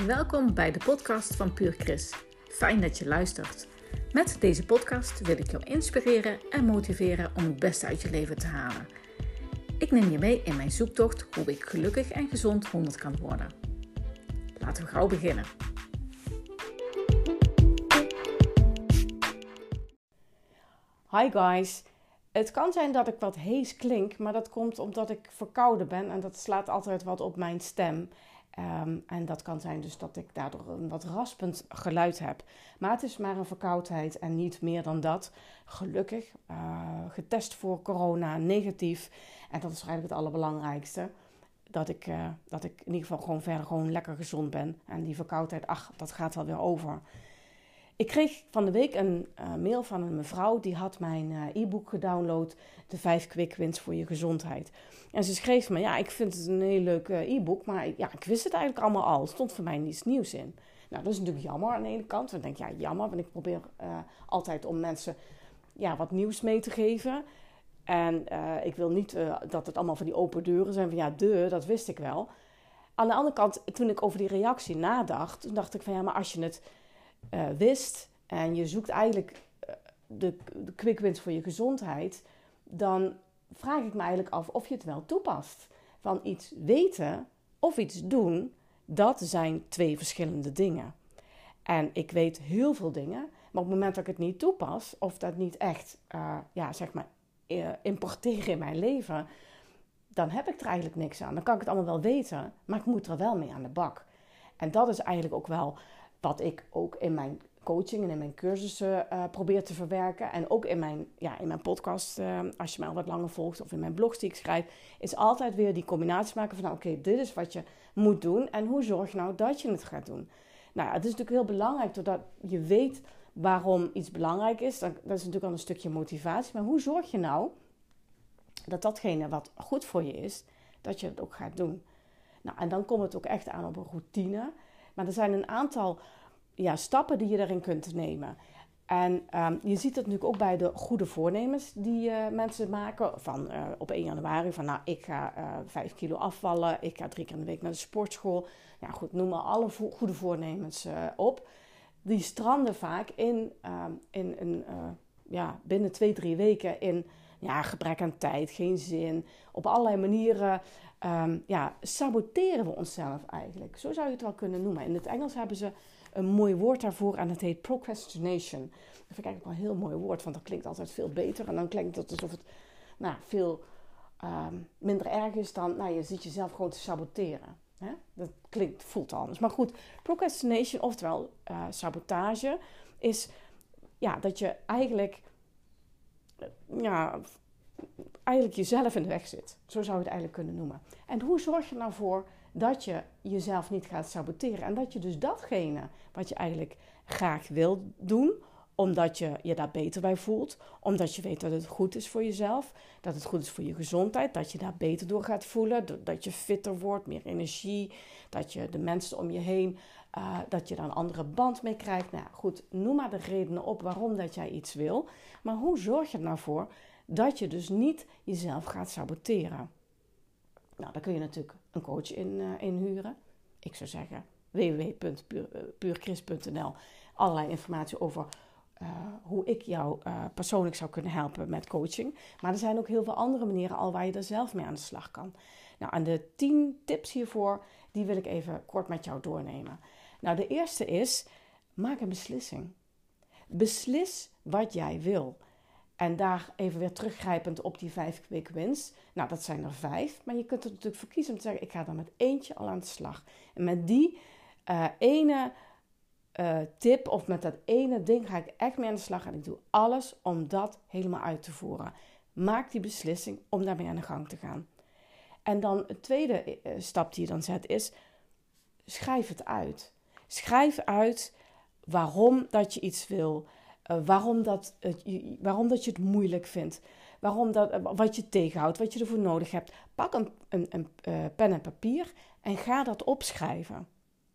Welkom bij de podcast van Puur Chris. Fijn dat je luistert. Met deze podcast wil ik jou inspireren en motiveren om het beste uit je leven te halen. Ik neem je mee in mijn zoektocht hoe ik gelukkig en gezond 100 kan worden. Laten we gauw beginnen. Hi guys, het kan zijn dat ik wat hees klink, maar dat komt omdat ik verkouden ben en dat slaat altijd wat op mijn stem. En dat kan zijn dus dat ik daardoor een wat raspend geluid heb. Maar het is maar een verkoudheid en niet meer dan dat. Gelukkig, getest voor corona, negatief. En dat is eigenlijk het allerbelangrijkste. Dat ik in ieder geval gewoon verder lekker gezond ben. En die verkoudheid, dat gaat wel weer over. Ik kreeg van de week een mail van een mevrouw, die had mijn e-book gedownload, de 5 quick wins voor je gezondheid. En ze schreef me, ik vind het een heel leuk e-book, maar ik wist het eigenlijk allemaal al. Er stond voor mij niets nieuws in. Nou, dat is natuurlijk jammer aan de ene kant. Dan denk ik, jammer, want ik probeer altijd om mensen wat nieuws mee te geven. En ik wil niet dat het allemaal van die open deuren zijn van dat wist ik wel. Aan de andere kant, toen ik over die reactie nadacht, toen dacht ik van maar als je het wist en je zoekt eigenlijk de quick wins voor je gezondheid, dan vraag ik me eigenlijk af of je het wel toepast. Van iets weten of iets doen, dat zijn twee verschillende dingen. En ik weet heel veel dingen, maar op het moment dat ik het niet toepas, of dat niet echt, importeren in mijn leven, dan heb ik er eigenlijk niks aan. Dan kan ik het allemaal wel weten, maar ik moet er wel mee aan de bak. En dat is eigenlijk ook wel wat ik ook in mijn coaching en in mijn cursussen probeer te verwerken. En ook in mijn podcast, als je mij al wat langer volgt, of in mijn blogs die ik schrijf, is altijd weer die combinatie maken van dit is wat je moet doen. En hoe zorg je nou dat je het gaat doen? Nou, het is natuurlijk heel belangrijk doordat je weet waarom iets belangrijk is. Dat is natuurlijk al een stukje motivatie. Maar hoe zorg je nou dat datgene wat goed voor je is, dat je het ook gaat doen? Nou, en dan komt het ook echt aan op een routine. Maar er zijn een aantal stappen die je daarin kunt nemen. En je ziet het natuurlijk ook bij de goede voornemens die mensen maken. Van op 1 januari van ik ga 5 kilo afvallen. Ik ga 3 keer in de week naar de sportschool. Ja goed, noem maar alle goede voornemens op. Die stranden vaak binnen 2-3 weken in gebrek aan tijd, geen zin. Op allerlei manieren saboteren we onszelf eigenlijk. Zo zou je het wel kunnen noemen. In het Engels hebben ze een mooi woord daarvoor en dat heet procrastination. Dat vind ik eigenlijk wel een heel mooi woord, want dat klinkt altijd veel beter. En dan klinkt het alsof het veel minder erg is dan je zit jezelf gewoon te saboteren. Hè? Dat voelt anders. Maar goed, procrastination, oftewel sabotage, is dat je eigenlijk jezelf in de weg zit. Zo zou je het eigenlijk kunnen noemen. En hoe zorg je nou voor dat je jezelf niet gaat saboteren? En dat je dus datgene wat je eigenlijk graag wil doen, omdat je je daar beter bij voelt, omdat je weet dat het goed is voor jezelf, dat het goed is voor je gezondheid, dat je daar beter door gaat voelen, dat je fitter wordt, meer energie, dat je de mensen om je heen, dat je daar een andere band mee krijgt. Nou goed, noem maar de redenen op waarom dat jij iets wil. Maar hoe zorg je er nou voor dat je dus niet jezelf gaat saboteren? Nou, daar kun je natuurlijk een coach inhuren. Ik zou zeggen www.puurchris.nl. Allerlei informatie over hoe ik jou persoonlijk zou kunnen helpen met coaching. Maar er zijn ook heel veel andere manieren al waar je er zelf mee aan de slag kan. Nou, en de 10 tips hiervoor, die wil ik even kort met jou doornemen. Nou, de eerste is, maak een beslissing. Beslis wat jij wil. En daar even weer teruggrijpend op die 5 quick wins. Nou, dat zijn er 5. Maar je kunt er natuurlijk voor kiezen om te zeggen, ik ga er met eentje al aan de slag. En met die ene tip of met dat ene ding ga ik echt mee aan de slag. En ik doe alles om dat helemaal uit te voeren. Maak die beslissing om daarmee aan de gang te gaan. En dan het tweede stap die je dan zet is, schrijf het uit. Schrijf uit waarom dat je iets wil. Waarom dat je het moeilijk vindt. Wat je tegenhoudt, wat je ervoor nodig hebt. Pak een pen en papier en ga dat opschrijven.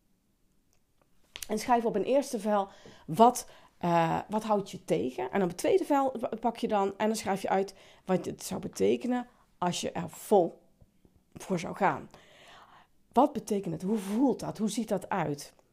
En schrijf op een eerste vel wat houdt je tegen. En op het tweede vel pak je dan en dan schrijf je uit wat het zou betekenen als je er vol voor zou gaan. Wat betekent het? Hoe voelt dat? Hoe ziet dat uit?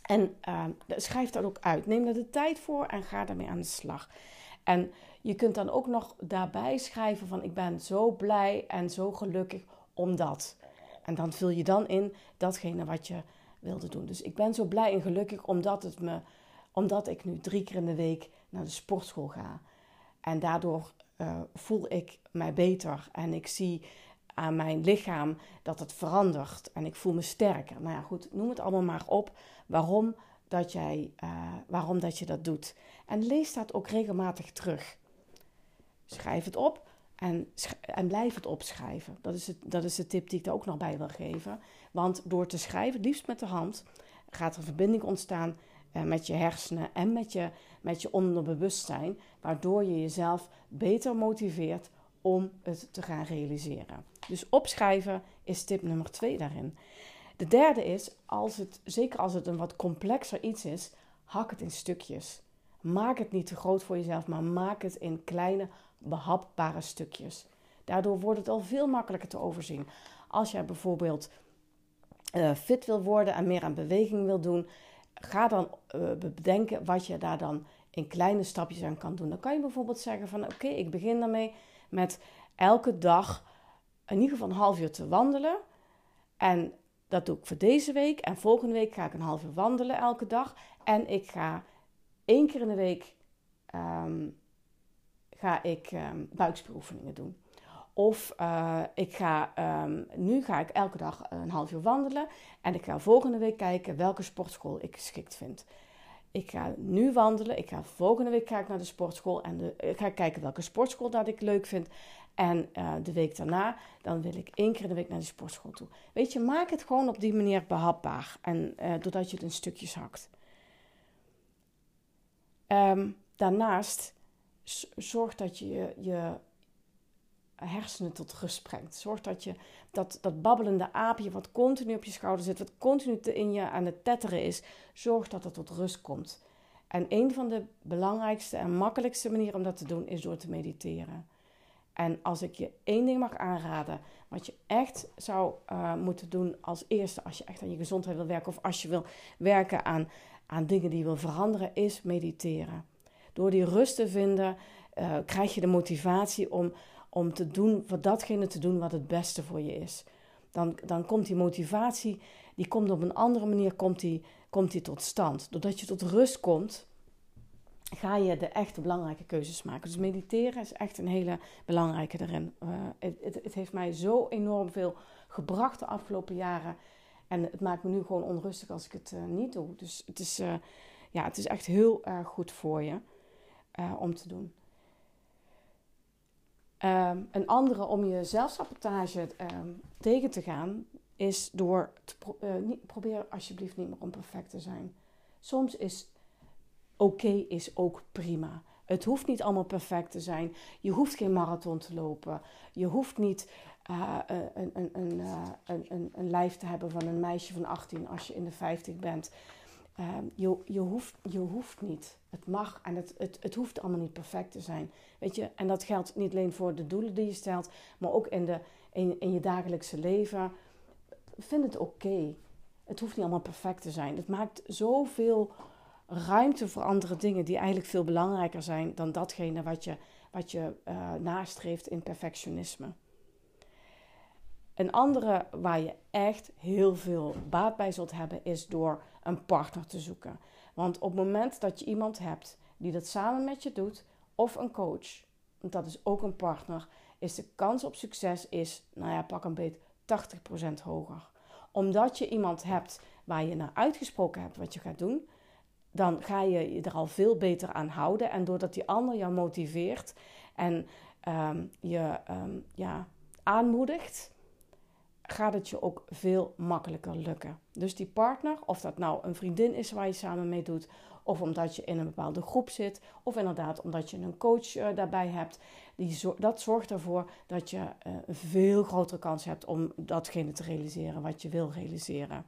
En schrijf dat ook uit. Neem er de tijd voor en ga daarmee aan de slag. En je kunt dan ook nog daarbij schrijven van ik ben zo blij en zo gelukkig omdat. En dan vul je dan in datgene wat je wilde doen. Dus ik ben zo blij en gelukkig omdat ik nu 3 keer in de week naar de sportschool ga. En daardoor voel ik mij beter en ik zie aan mijn lichaam dat het verandert en ik voel me sterker. Nou ja, goed, noem het allemaal maar op waarom dat je dat doet. En lees dat ook regelmatig terug. Schrijf het op en blijf het opschrijven. Dat is de tip die ik daar ook nog bij wil geven. Want door te schrijven, liefst met de hand, gaat er een verbinding ontstaan met je hersenen en met je onderbewustzijn, waardoor je jezelf beter motiveert om het te gaan realiseren. Dus opschrijven is tip nummer 2 daarin. De derde is, zeker als het een wat complexer iets is, hak het in stukjes. Maak het niet te groot voor jezelf, maar maak het in kleine, behapbare stukjes. Daardoor wordt het al veel makkelijker te overzien. Als jij bijvoorbeeld fit wil worden en meer aan beweging wil doen, ga dan bedenken wat je daar dan in kleine stapjes aan kan doen. Dan kan je bijvoorbeeld zeggen van oké, ik begin daarmee met elke dag in ieder geval een half uur te wandelen. En dat doe ik voor deze week. En volgende week ga ik een half uur wandelen elke dag. En ik ga 1 keer in de week buikspieroefeningen doen. Of nu ga ik elke dag een half uur wandelen. En ik ga volgende week kijken welke sportschool ik geschikt vind. Ik ga nu wandelen. Volgende week ga ik naar de sportschool. En ik ga kijken welke sportschool dat ik leuk vind. En de week daarna, dan wil ik 1 keer in de week naar de sportschool toe. Weet je, maak het gewoon op die manier behapbaar. En doordat je het in stukjes hakt. Daarnaast, zorg dat je je hersenen tot rust brengt. Zorg dat je dat babbelende aapje wat continu op je schouder zit, wat continu in je aan het tetteren is, zorg dat het tot rust komt. En een van de belangrijkste en makkelijkste manieren om dat te doen is door te mediteren. En als ik je 1 ding mag aanraden, wat je echt zou moeten doen als eerste, als je echt aan je gezondheid wil werken of als je wil werken aan dingen die je wil veranderen, is mediteren. Door die rust te vinden, krijg je de motivatie om datgene te doen wat het beste voor je is. Dan komt die motivatie, die komt op een andere manier komt die tot stand. Doordat je tot rust komt, ga je de echte belangrijke keuzes maken. Dus mediteren is echt een hele belangrijke erin. Het heeft mij zo enorm veel gebracht de afgelopen jaren. En het maakt me nu gewoon onrustig als ik het niet doe. Dus het is echt heel erg goed voor je om te doen. Een andere om je zelfsabotage tegen te gaan is door probeer alsjeblieft niet meer om perfect te zijn. Soms is oké is ook prima. Het hoeft niet allemaal perfect te zijn. Je hoeft geen marathon te lopen. Je hoeft niet een lijf te hebben van een meisje van 18 als je in de 50 bent. Je hoeft niet. Het mag en het hoeft allemaal niet perfect te zijn. Weet je? En dat geldt niet alleen voor de doelen die je stelt, maar ook in je dagelijkse leven. Vind het oké. Het hoeft niet allemaal perfect te zijn. Het maakt zoveel ruimte voor andere dingen die eigenlijk veel belangrijker zijn dan datgene wat je nastreeft in perfectionisme. Een andere waar je echt heel veel baat bij zult hebben is door een partner te zoeken. Want op het moment dat je iemand hebt die dat samen met je doet, of een coach, want dat is ook een partner, is de kans op succes pak een beet 80% hoger. Omdat je iemand hebt waar je naar uitgesproken hebt wat je gaat doen, dan ga je er al veel beter aan houden. En doordat die ander jou motiveert en je aanmoedigt, gaat het je ook veel makkelijker lukken. Dus die partner, of dat nou een vriendin is waar je samen mee doet, of omdat je in een bepaalde groep zit, of inderdaad omdat je een coach daarbij hebt, dat zorgt ervoor dat je een veel grotere kans hebt om datgene te realiseren wat je wil realiseren.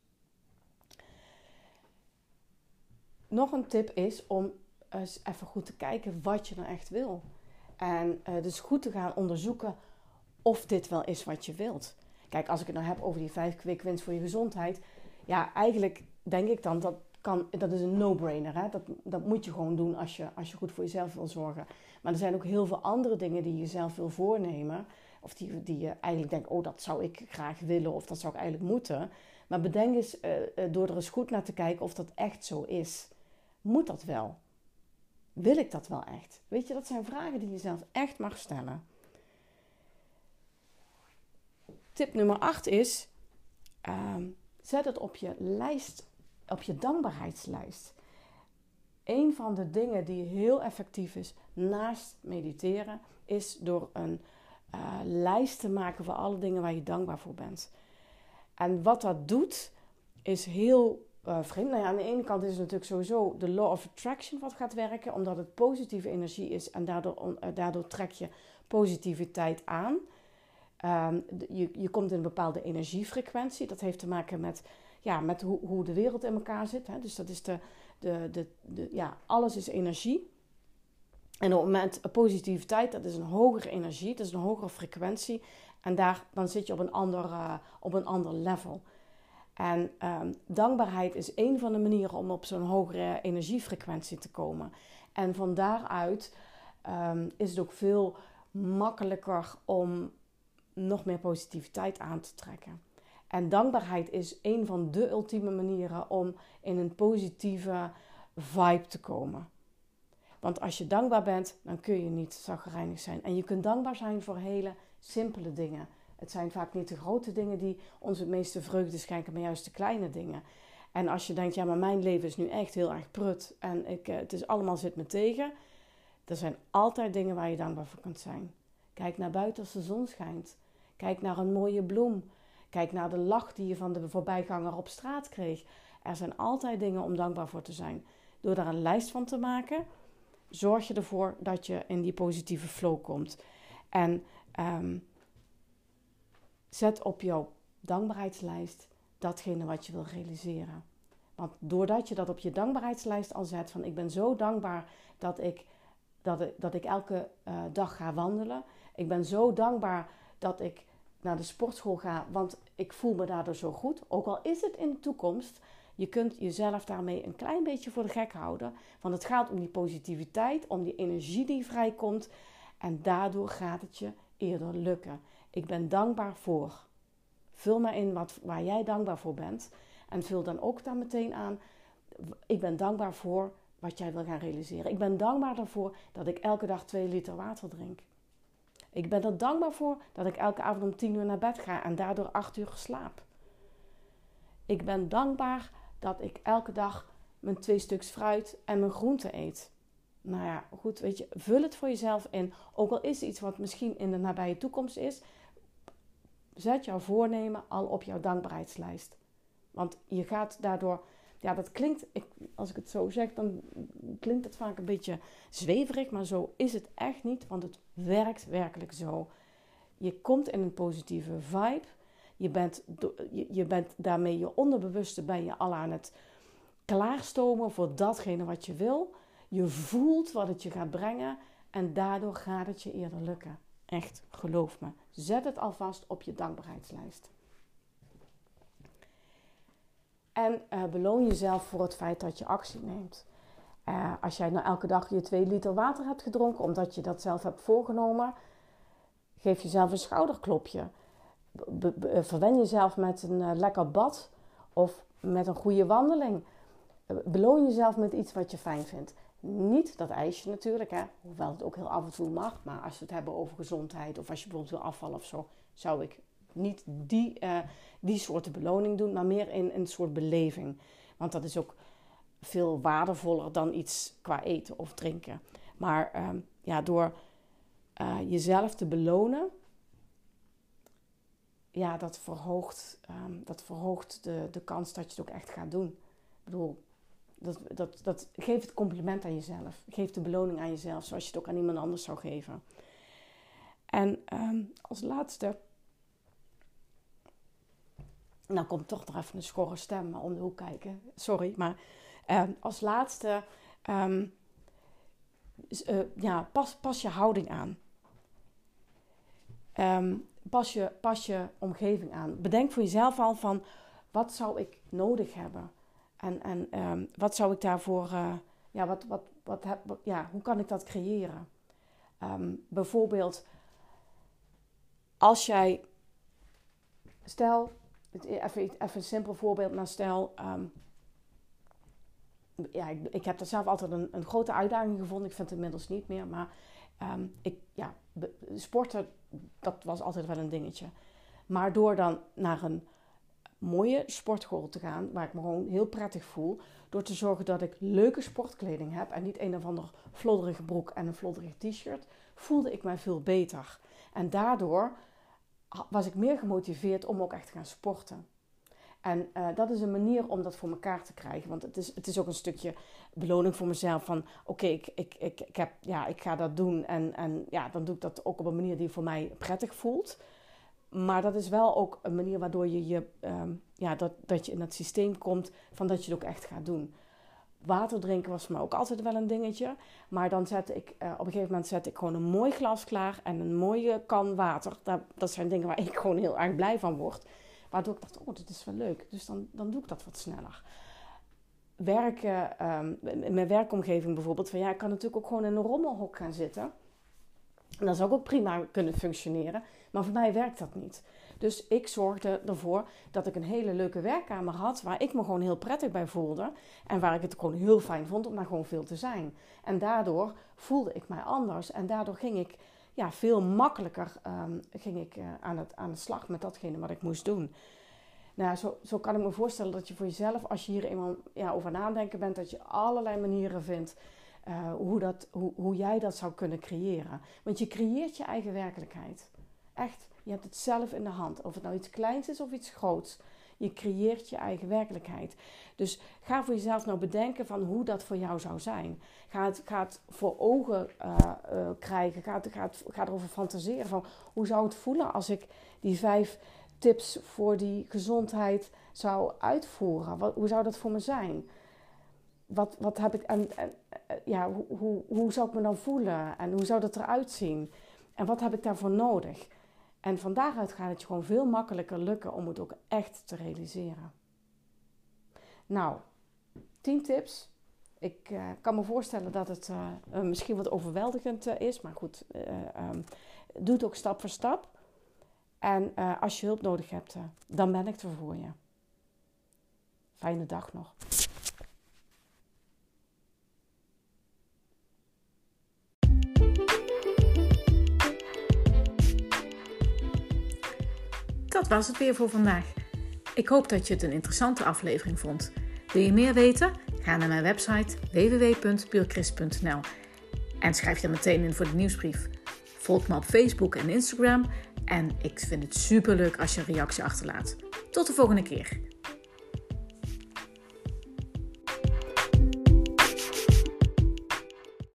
Nog een tip is om eens even goed te kijken wat je nou echt wil. En dus goed te gaan onderzoeken of dit wel is wat je wilt. Kijk, als ik het nou heb over die 5 quick wins voor je gezondheid. Ja, eigenlijk denk ik dan, dat is een no-brainer. Hè? Dat moet je gewoon doen als je goed voor jezelf wil zorgen. Maar er zijn ook heel veel andere dingen die je zelf wil voornemen. Of die je eigenlijk denkt, oh, dat zou ik graag willen of dat zou ik eigenlijk moeten. Maar bedenk eens, door er eens goed naar te kijken of dat echt zo is. Moet dat wel? Wil ik dat wel echt? Weet je, dat zijn vragen die je zelf echt mag stellen. Tip nummer 8 is, zet het op je lijst, op je dankbaarheidslijst. Een van de dingen die heel effectief is naast mediteren, is door een lijst te maken van alle dingen waar je dankbaar voor bent. En wat dat doet, is heel vreemd. Nou ja, aan de ene kant is het natuurlijk sowieso de law of attraction wat gaat werken, omdat het positieve energie is en daardoor trek je positiviteit aan. Je komt in een bepaalde energiefrequentie. Dat heeft te maken met hoe de wereld in elkaar zit. Hè? Dus dat is alles is energie. En op het moment positiviteit, dat is een hogere energie, dat is een hogere frequentie. En dan zit je op een ander level. En dankbaarheid is een van de manieren om op zo'n hogere energiefrequentie te komen. En van daaruit is het ook veel makkelijker om nog meer positiviteit aan te trekken. En dankbaarheid is een van de ultieme manieren om in een positieve vibe te komen. Want als je dankbaar bent, dan kun je niet chagrijnig zijn. En je kunt dankbaar zijn voor hele simpele dingen. Het zijn vaak niet de grote dingen die ons het meeste vreugde schenken, maar juist de kleine dingen. En als je denkt, ja, maar mijn leven is nu echt heel erg prut en het is allemaal zit me tegen. Er zijn altijd dingen waar je dankbaar voor kunt zijn. Kijk naar buiten als de zon schijnt. Kijk naar een mooie bloem. Kijk naar de lach die je van de voorbijganger op straat kreeg. Er zijn altijd dingen om dankbaar voor te zijn. Door daar een lijst van te maken, zorg je ervoor dat je in die positieve flow komt. En zet op jouw dankbaarheidslijst datgene wat je wil realiseren. Want doordat je dat op je dankbaarheidslijst al zet, van ik ben zo dankbaar dat ik elke dag ga wandelen. Ik ben zo dankbaar dat ik naar de sportschool ga, want ik voel me daardoor zo goed. Ook al is het in de toekomst, je kunt jezelf daarmee een klein beetje voor de gek houden. Want het gaat om die positiviteit, om die energie die vrijkomt. En daardoor gaat het je eerder lukken. Ik ben dankbaar voor. Vul maar in waar jij dankbaar voor bent. En vul dan ook daar meteen aan. Ik ben dankbaar voor wat jij wil gaan realiseren. Ik ben dankbaar ervoor dat ik elke dag 2 liter water drink. Ik ben er dankbaar voor dat ik elke avond om 10 uur naar bed ga en daardoor 8 uur slaap. Ik ben dankbaar dat ik elke dag mijn 2 stuks fruit en mijn groente eet. Nou ja, goed, weet je, vul het voor jezelf in. Ook al is iets wat misschien in de nabije toekomst is, zet jouw voornemen al op jouw dankbaarheidslijst. Want je gaat daardoor, ja, dat klinkt, als ik het zo zeg, dan klinkt het vaak een beetje zweverig, maar zo is het echt niet, want het werkt werkelijk zo. Je komt in een positieve vibe. Je bent daarmee je onderbewuste ben je al aan het klaarstomen voor datgene wat je wil. Je voelt wat het je gaat brengen en daardoor gaat het je eerder lukken. Echt, geloof me. Zet het alvast op je dankbaarheidslijst. En beloon jezelf voor het feit dat je actie neemt. Als jij nou elke dag je 2 liter water hebt gedronken, omdat je dat zelf hebt voorgenomen, geef jezelf een schouderklopje. Verwen jezelf met een lekker bad of met een goede wandeling. Beloon jezelf met iets wat je fijn vindt. Niet dat ijsje natuurlijk, hè? Hoewel het ook heel af en toe mag. Maar als we het hebben over gezondheid of als je bijvoorbeeld wil afvallen of zo, zou ik niet die soorten beloning doen, maar meer in een soort beleving. Want dat is ook veel waardevoller dan iets qua eten of drinken. Maar door jezelf te belonen, ja, dat verhoogt de kans dat je het ook echt gaat doen. Ik bedoel, geef het compliment aan jezelf. Geef de beloning aan jezelf, zoals je het ook aan iemand anders zou geven. En als laatste, nou komt toch nog even een schorre stem om de hoek kijken. Sorry, maar als laatste, pas je houding aan. Pas je omgeving aan. Bedenk voor jezelf al van, wat zou ik nodig hebben? En wat zou ik daarvoor... hoe kan ik dat creëren? Bijvoorbeeld, als jij... Stel, even een simpel voorbeeld, maar stel... ik heb daar zelf altijd een grote uitdaging gevonden. Ik vind het inmiddels niet meer, maar... sporten, dat was altijd wel een dingetje. Maar door dan naar een mooie sportschool te gaan, waar ik me gewoon heel prettig voel, door te zorgen dat ik leuke sportkleding heb en niet een of ander flodderige broek en een flodderig t-shirt, voelde ik mij veel beter. En daardoor was ik meer gemotiveerd om ook echt te gaan sporten. En dat is een manier om dat voor elkaar te krijgen. Want het is ook een stukje beloning voor mezelf. Van oké, ik ga dat doen. En dan doe ik dat ook op een manier die voor mij prettig voelt. Maar dat is wel ook een manier waardoor je dat je in het systeem komt van dat je het ook echt gaat doen. Water drinken was voor mij ook altijd wel een dingetje. Maar dan zette ik op een gegeven moment gewoon een mooi glas klaar en een mooie kan water. Dat zijn dingen waar ik gewoon heel erg blij van word. Waardoor ik dacht, dit is wel leuk. Dus dan doe ik dat wat sneller. Werken, in mijn werkomgeving bijvoorbeeld. Ik kan natuurlijk ook gewoon in een rommelhok gaan zitten. En dat zou ook prima kunnen functioneren. Maar voor mij werkt dat niet. Dus ik zorgde ervoor dat ik een hele leuke werkkamer had. Waar ik me gewoon heel prettig bij voelde. En waar ik het gewoon heel fijn vond om daar gewoon veel te zijn. En daardoor voelde ik mij anders. En daardoor ging ik... veel makkelijker aan de slag met datgene wat ik moest doen. Nou, zo kan ik me voorstellen dat je voor jezelf, als je hier eenmaal over nadenken bent, dat je allerlei manieren vindt hoe jij dat zou kunnen creëren. Want je creëert je eigen werkelijkheid. Echt, je hebt het zelf in de hand. Of het nou iets kleins is of iets groots. Je creëert je eigen werkelijkheid. Dus ga voor jezelf nou bedenken van hoe dat voor jou zou zijn. Ga het voor ogen krijgen. Ga erover fantaseren van hoe zou het voelen als ik die 5 tips voor die gezondheid zou uitvoeren. Hoe zou dat voor me zijn? Wat heb ik hoe zou ik me dan voelen? En hoe zou dat eruit zien? En wat heb ik daarvoor nodig? En van daaruit gaat het je gewoon veel makkelijker lukken om het ook echt te realiseren. Nou, 10 tips. Ik kan me voorstellen dat het misschien wat overweldigend is. Maar goed, doe het ook stap voor stap. En als je hulp nodig hebt, dan ben ik er voor je. Fijne dag nog. Dat was het weer voor vandaag. Ik hoop dat je het een interessante aflevering vond. Wil je meer weten? Ga naar mijn website www.puurchrist.nl en schrijf je meteen in voor de nieuwsbrief. Volg me op Facebook en Instagram en ik vind het superleuk als je een reactie achterlaat. Tot de volgende keer.